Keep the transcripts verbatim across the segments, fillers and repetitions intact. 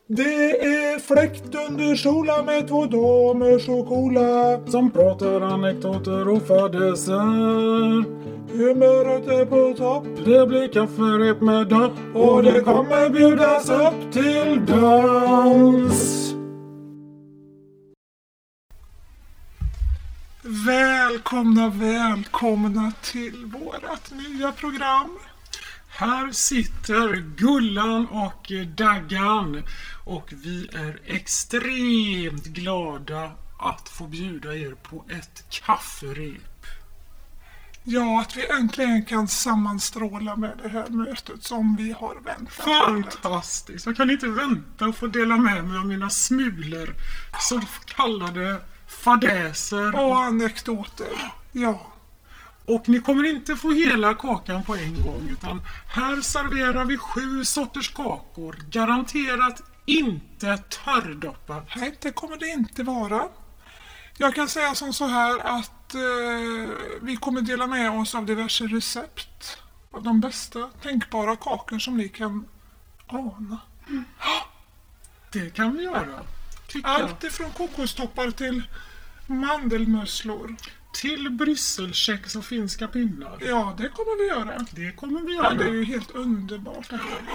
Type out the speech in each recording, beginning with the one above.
Det är fläkt under solen med två damer så coola som pratar anekdoter och fadäser. Humöret är på topp. Det blir kafferep med dopp och det kommer bjudas upp till dans. Välkomna, välkomna till vårat nya program. Här sitter Gullan och Daggan och vi är extremt glada att få bjuda er på ett kafferep. Ja, att vi äntligen kan sammanstråla med det här mötet som vi har väntat. Fantastiskt! Jag kan inte vänta att få dela med mig av mina smulor, så kallade fadäser och anekdoter. Ja. Och ni kommer inte få hela kakan på en gång, utan här serverar vi sju sorters kakor. Garanterat inte törrdoppa. Nej, det kommer det inte vara. Jag kan säga som så här att eh, vi kommer dela med oss av diverse recept. Av de bästa tänkbara kakor som ni kan ana. Mm. Det kan vi göra. Allt ifrån kokostoppar till mandelmusslor. Till brysselkex och finska pinnar. Ja, det kommer vi göra. Det kommer vi göra. Ja, det är ju helt underbart.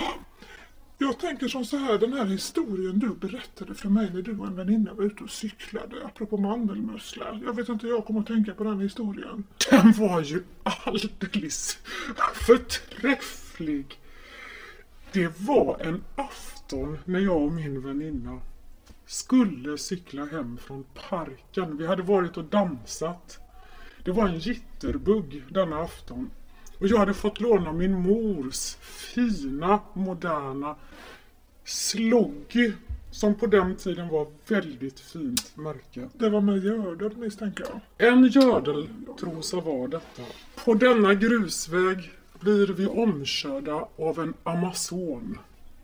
Jag tänker som så här, den här historien du berättade för mig när du och en väninna var ute och cyklade, apropå mandelmusslar. Jag vet inte, jag kommer att tänka på den historien. Den var ju alldeles förträfflig. Det var en afton när jag och min väninna skulle cykla hem från parken. Vi hade varit och dansat. Det var en jitterbugg denna afton. Och jag hade fått låna min mors fina, moderna Sloggy, som på den tiden var väldigt fint märke. Det var med gördel, misstänker jag. En gördeltrosa var detta. På denna grusväg blir vi omkörda av en Amazon.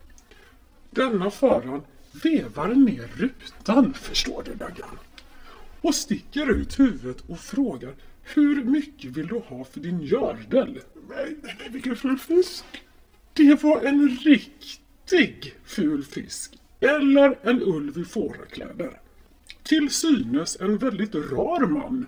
Denna föraren vevar ner rutan, förstår du, Daggan, och sticker ut huvudet och frågar: hur mycket vill du ha för din gördel? Nej, nej, nej, vilken ful fisk. Det var en riktig ful fisk. Eller en ulv i fårakläder. Till synes en väldigt rar man.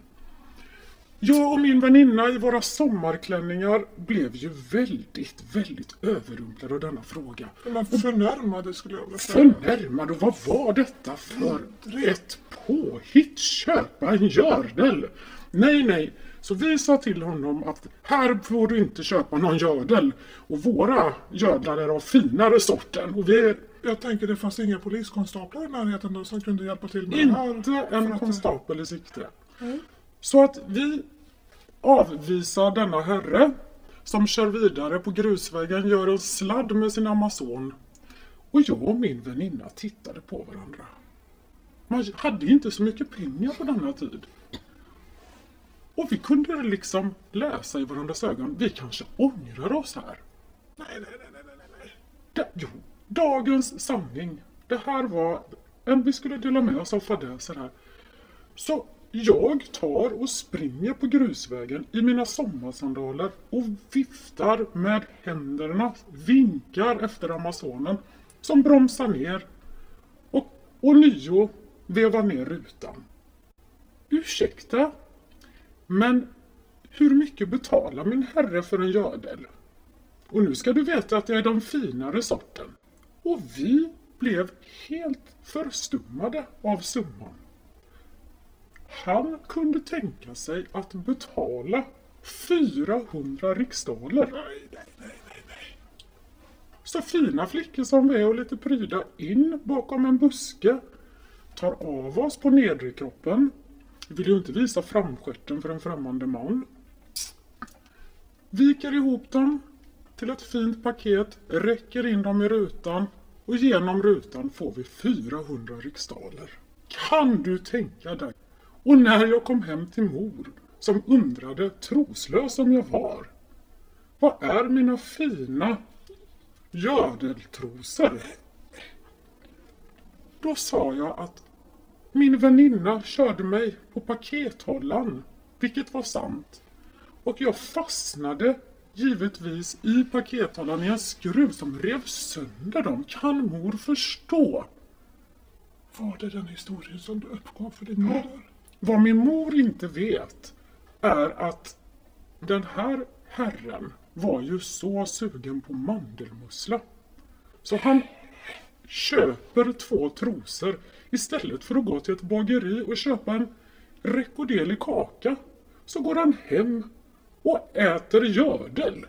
Jag och min väninna i våra sommarklänningar blev ju väldigt, väldigt överrumplade av denna fråga. Men förnärmade skulle jag vilja säga. Förnärmade? Och vad var detta för ett påhitt? Köpa en gördel? Nej, nej. Så vi sa till honom att här får du inte köpa någon gördel. Och våra gördlar är av finare sorten. Och vi... Jag tänker det fanns inga poliskonstaplar i närheten då som kunde hjälpa till med inte det här. En att... konstapel i sikte. Mm. Så att vi avvisar denna herre som kör vidare på grusvägen, gör en sladd med sin Amazon. Och jag och min väninna tittade på varandra. Man hade inte så mycket pengar på denna tid. Och vi kunde liksom läsa i varandras ögon. Vi kanske ångrar oss här. Nej, nej, nej, nej, nej, nej. Da, jo, dagens sanning. Det här var en vi skulle dela med oss av fadäser här. Så jag tar och springer på grusvägen i mina sommarsandaler och viftar med händerna, vinkar efter Amazonen som bromsar ner och ånyo vevar ner rutan. Ursäkta, men hur mycket betalar min herre för en gördel? Och nu ska du veta att det är de finare sorten. Och vi blev helt förstummade av summan. Han kunde tänka sig att betala fyrahundra riksdaler. Nej, nej, nej, nej, nej. Så fina flickor som vi är och lite pryda in bakom en buske, tar av oss på nedre kroppen. Vi vill ju inte visa framskärten för en främmande man. Viker ihop dem till ett fint paket, räcker in dem i rutan och genom rutan får vi fyrahundra riksdaler. Kan du tänka dig? Och när jag kom hem till mor, som undrade troslös som jag var, vad är mina fina gördeltrosor? Då sa jag att min väninna körde mig på pakethållan, vilket var sant. Och jag fastnade givetvis i pakethållaren i en skruv som rev sönder dem. Kan mor förstå? Var det den historien som du uppgav för din moder? Vad min mor inte vet är att den här herren var ju så sugen på mandelmussla. Så han köper två trosor istället för att gå till ett bageri och köpa en rekorderlig kaka. Så går han hem och äter gördel.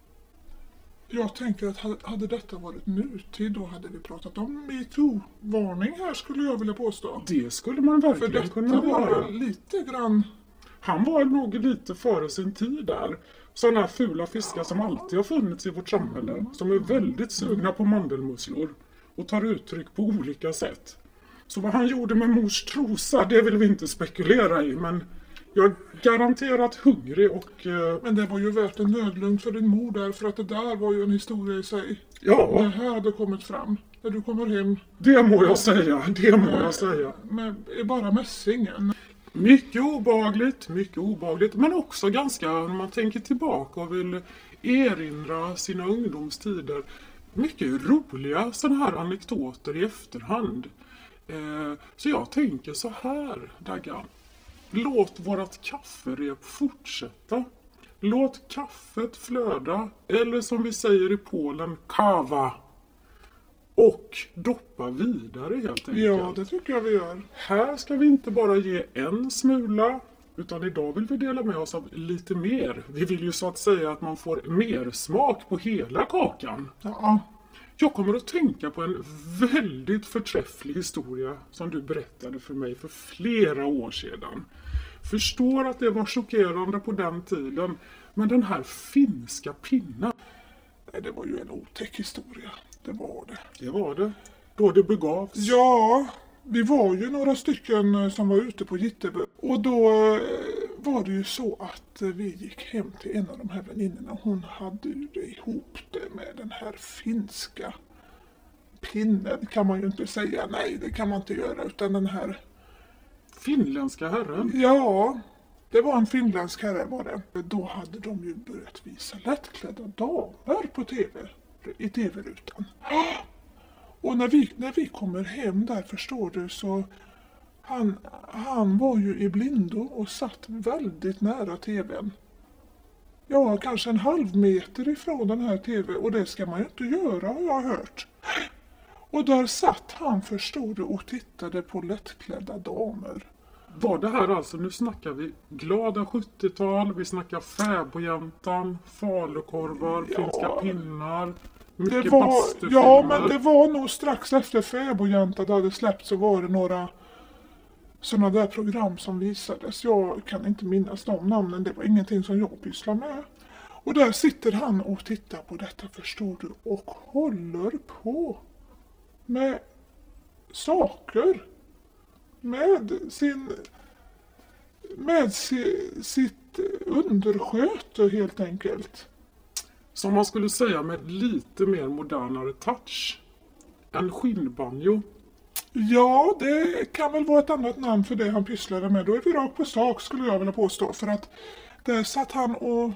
Jag tänker att hade- hade detta varit nutid, då hade vi pratat om MeToo-varning här, skulle jag vilja påstå. Det skulle man För verkligen detta kunna var göra. lite grann... Han var nog lite före sin tid där. Sådana här fula fiskar som alltid har funnits i vårt samhälle. Som är väldigt sugna på mandelmusslor. Och tar uttryck på olika sätt. Så vad han gjorde med mors trosa, det vill vi inte spekulera i. Men jag är garanterat hungrig och... Eh, Men det var ju värt en nödlugn för din mor där, för att det där var ju en historia i sig. Det ja, här hade kommit fram när du kommer hem det må jag säga. Det må jag säga. med bara mässingen. Mycket obehagligt, mycket obehagligt. Men också ganska, när man tänker tillbaka och vill erinra sina ungdomstider, mycket roliga sådana här anekdoter i efterhand. Eh, så jag tänker så här, Daggan. Låt vårat kafferep fortsätta. Låt kaffet flöda, eller som vi säger i Polen, kava. Och doppa vidare helt enkelt. Ja, det tycker jag vi gör. Här ska vi inte bara ge en smula, utan idag vill vi dela med oss av lite mer. Vi vill ju så att säga att man får mer smak på hela kakan. Ja, Jag kommer att tänka på en väldigt förträfflig historia som du berättade för mig för flera år sedan. Förstår att det var chockerande på den tiden, men den här finska pinnen, nej, det var ju en otäck historia. Det var det. det var det. Då det begavs. Ja, vi var ju några stycken eh, som var ute på Gitteby. Och då eh, var det ju så att eh, vi gick hem till en av de här väninnorna. Hon hade ju det ihop det med den här finska pinnen, kan man ju inte säga. Nej, det kan man inte göra, utan den här... Finländska herren. Ja, det var en finländsk herre var det. Då hade de ju börjat visa lättklädda damer på tv, i tv-rutan. Och när vi, när vi kommer hem där, förstår du, så han, han var ju i blindo och satt väldigt nära tvn. Ja, kanske en halv meter ifrån den här tv, och det ska man ju inte göra, har jag hört. Och där satt han, förstod du, och tittade på lättklädda damer. Var det här alltså, nu snackar vi glada sjuttiotal, vi snackar fäbodjäntan, falukorvar, Ja. finska pinnar, Det mycket var, bastufilmer. ja, men det var nog strax efter Fäbodjäntan hade släppts, så var det några sådana där program som visades. Jag kan inte minnas de namnen, det var ingenting som jag pysslade med. Och där sitter han och tittar på detta, förstår du, och håller på med saker. Med sin... Med si, sitt undersköte helt enkelt. Som man skulle säga med lite mer modernare touch. En skinnbanjo. Ja, det kan väl vara ett annat namn för det han pysslade med. Då är vi rakt på sak, skulle jag vilja påstå. För att där satt han och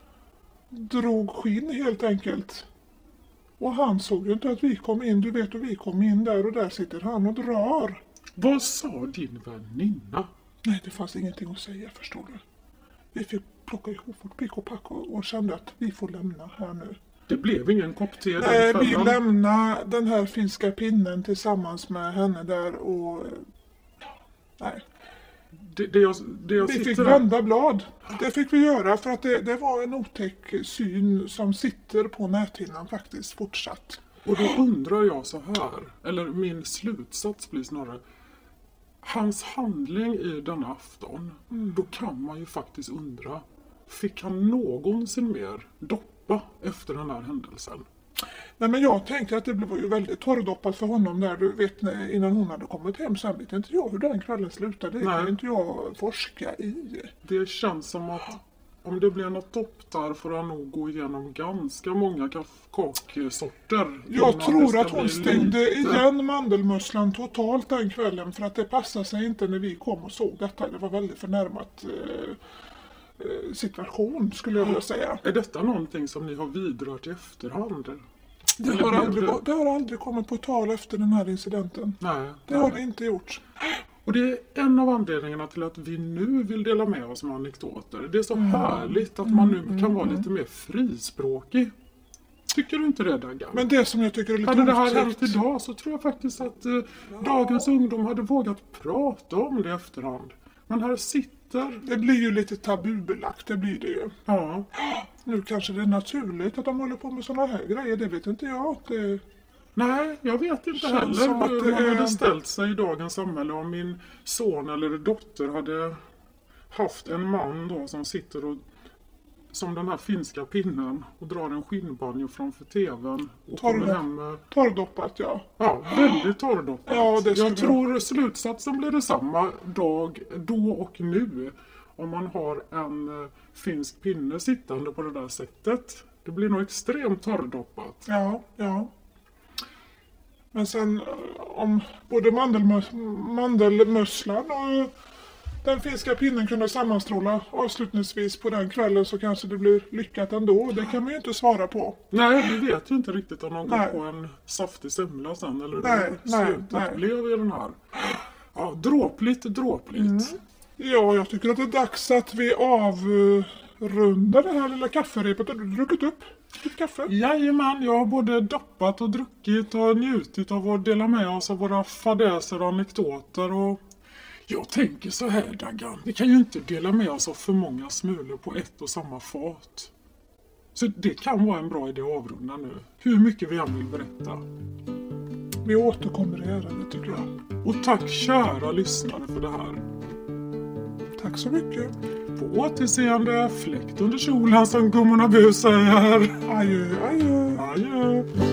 drog skinn helt enkelt. Och han såg ju inte att vi kom in. Du vet, och vi kom in där, och där sitter han och drar. Vad sa din väninna? Nej, det fanns ingenting att säga, förstår du. Vi fick plocka ihop vårt pick och pack och, och kände att vi får lämna här nu. Det blev ingen kopp te Nej, den vi kvällen. lämnade den här finska pinnen tillsammans med henne där och... Nej. Det, det jag, det jag Vi fick sitter här. vända blad. Det fick vi göra för att det, det var en otäck syn som sitter på näthinnan faktiskt fortsatt. Och då undrar jag så här, eller min slutsats blir snarare, hans handling i denna afton, då kan man ju faktiskt undra, fick han någonsin mer doppa efter den här händelsen? Nej, men jag tänker att det var ju väldigt torrdoppat för honom där, du vet, innan hon hade kommit hem. Sen vet inte jag hur den kvällen slutade. Det Nej. kan inte jag forska i. Det känns som att om det blir något dopp där får han nog gå igenom ganska många kaf- kaksorter. Jag innan det tror ska att hon bli stängde lite- igen mandelmusslan totalt den kvällen, för att det passade sig inte när vi kom och såg detta. Det var väldigt förnärmat eh, eh, situation skulle jag vilja säga. Är detta någonting som ni har vidrört i efterhand? Det har, aldrig, det har aldrig kommit på tal efter den här incidenten. Nej. Det nej. har det inte gjort. Och det är en av anledningarna till att vi nu vill dela med oss med anekdoter. Det är så mm. härligt att man nu mm, kan vara mm. lite mer frispråkig. Tycker du inte det, Dagan? Men det som jag tycker är lite hade det här hänt idag så tror jag faktiskt att eh, dagens ungdom hade vågat prata om det i efterhand. Men här sitter... Det blir ju lite tabubelagt, det blir det ju. Ja. Nu kanske det är naturligt att de håller på med sådana här grejer, det vet inte jag. Det... Nej, jag vet inte Känns heller hur man är... hade ställt sig i dagens samhälle om min son eller dotter hade haft en man då som sitter och som den här finska pinnen och drar en skinnbanjo framför tvn och Torr, kommer hem med... Torrdoppat, ja. Ja, väldigt torrdoppat. Ja, det jag jag... tror slutsatsen blir detsamma dag, då och nu. Om man har en uh, finsk pinne sittande på det där sättet. Det blir nog extremt torrdoppat. Ja, ja. Men sen om både mandelmös- mandelmösslan och den finska pinnen kunde sammanstråla avslutningsvis på den kvällen så kanske det blir lyckat ändå. Det kan man ju inte svara på. Nej, vi vet ju inte riktigt om de går nej. på en saftig semla sen eller nej, hur nej, slutet nej. blev i den här. Ja, dråpligt, dråpligt. Mm. Ja, jag tycker att det är dags att vi avrundar det här lilla kafferepet. Har du druckit upp ditt kaffe? Jajamän, jag har både doppat och druckit och njutit av att dela med oss av våra fadäser och anekdoter och jag tänker så här, Dagan. Vi kan ju inte dela med oss av för många smulor på ett och samma fat. Så det kan vara en bra idé att avrunda nu. Hur mycket vi än vill berätta. Vi återkommer i ärendet tycker jag. Och tack kära lyssnare för det här. Tack så mycket. På återseende, fläkt under kjolen som gummorna bu säger. Adjö, adjö. Adjö.